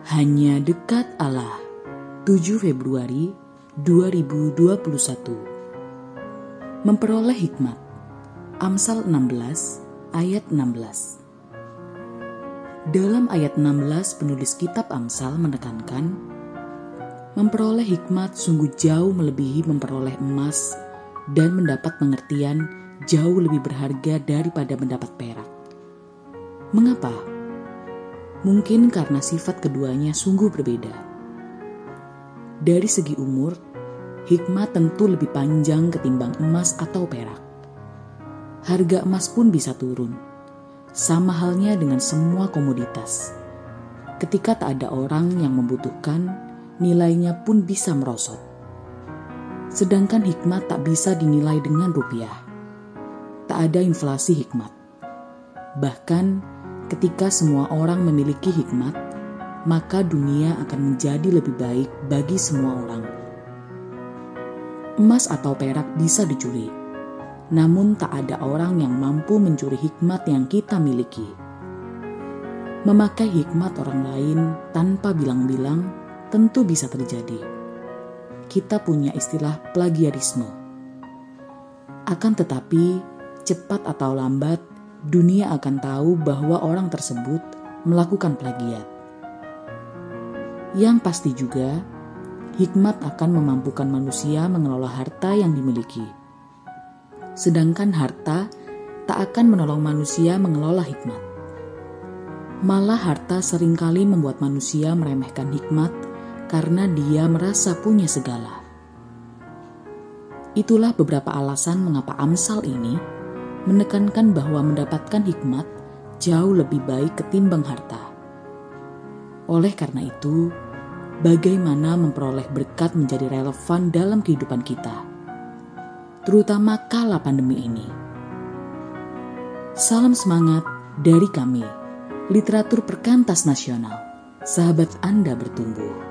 Hanya dekat Allah. 7 Februari 2021. Memperoleh hikmat. Amsal 16 ayat 16. Dalam ayat 16 penulis kitab Amsal menekankan, memperoleh hikmat sungguh jauh melebihi memperoleh emas dan mendapat pengertian jauh lebih berharga daripada mendapat perak. Mengapa? Mungkin karena sifat keduanya sungguh berbeda. Dari segi umur, hikmat tentu lebih panjang ketimbang emas atau perak. Harga emas pun bisa turun, sama halnya dengan semua komoditas. Ketika tak ada orang yang membutuhkan, nilainya pun bisa merosot. Sedangkan hikmat tak bisa dinilai dengan rupiah. Tak ada inflasi hikmat. Bahkan, ketika semua orang memiliki hikmat, maka dunia akan menjadi lebih baik bagi semua orang. Emas atau perak bisa dicuri, namun tak ada orang yang mampu mencuri hikmat yang kita miliki. Memakai hikmat orang lain tanpa bilang-bilang tentu bisa terjadi. Kita punya istilah plagiarisme. Akan tetapi, cepat atau lambat, dunia akan tahu bahwa orang tersebut melakukan plagiat. Yang pasti juga, hikmat akan memampukan manusia mengelola harta yang dimiliki. Sedangkan harta tak akan menolong manusia mengelola hikmat. Malah harta seringkali membuat manusia meremehkan hikmat karena dia merasa punya segala. Itulah beberapa alasan mengapa Amsal ini menekankan bahwa mendapatkan hikmat jauh lebih baik ketimbang harta. Oleh karena itu, bagaimana memperoleh berkat menjadi relevan dalam kehidupan kita, terutama kala pandemi ini. Salam semangat dari kami, Literatur Perkantas Nasional. Sahabat Anda bertumbuh.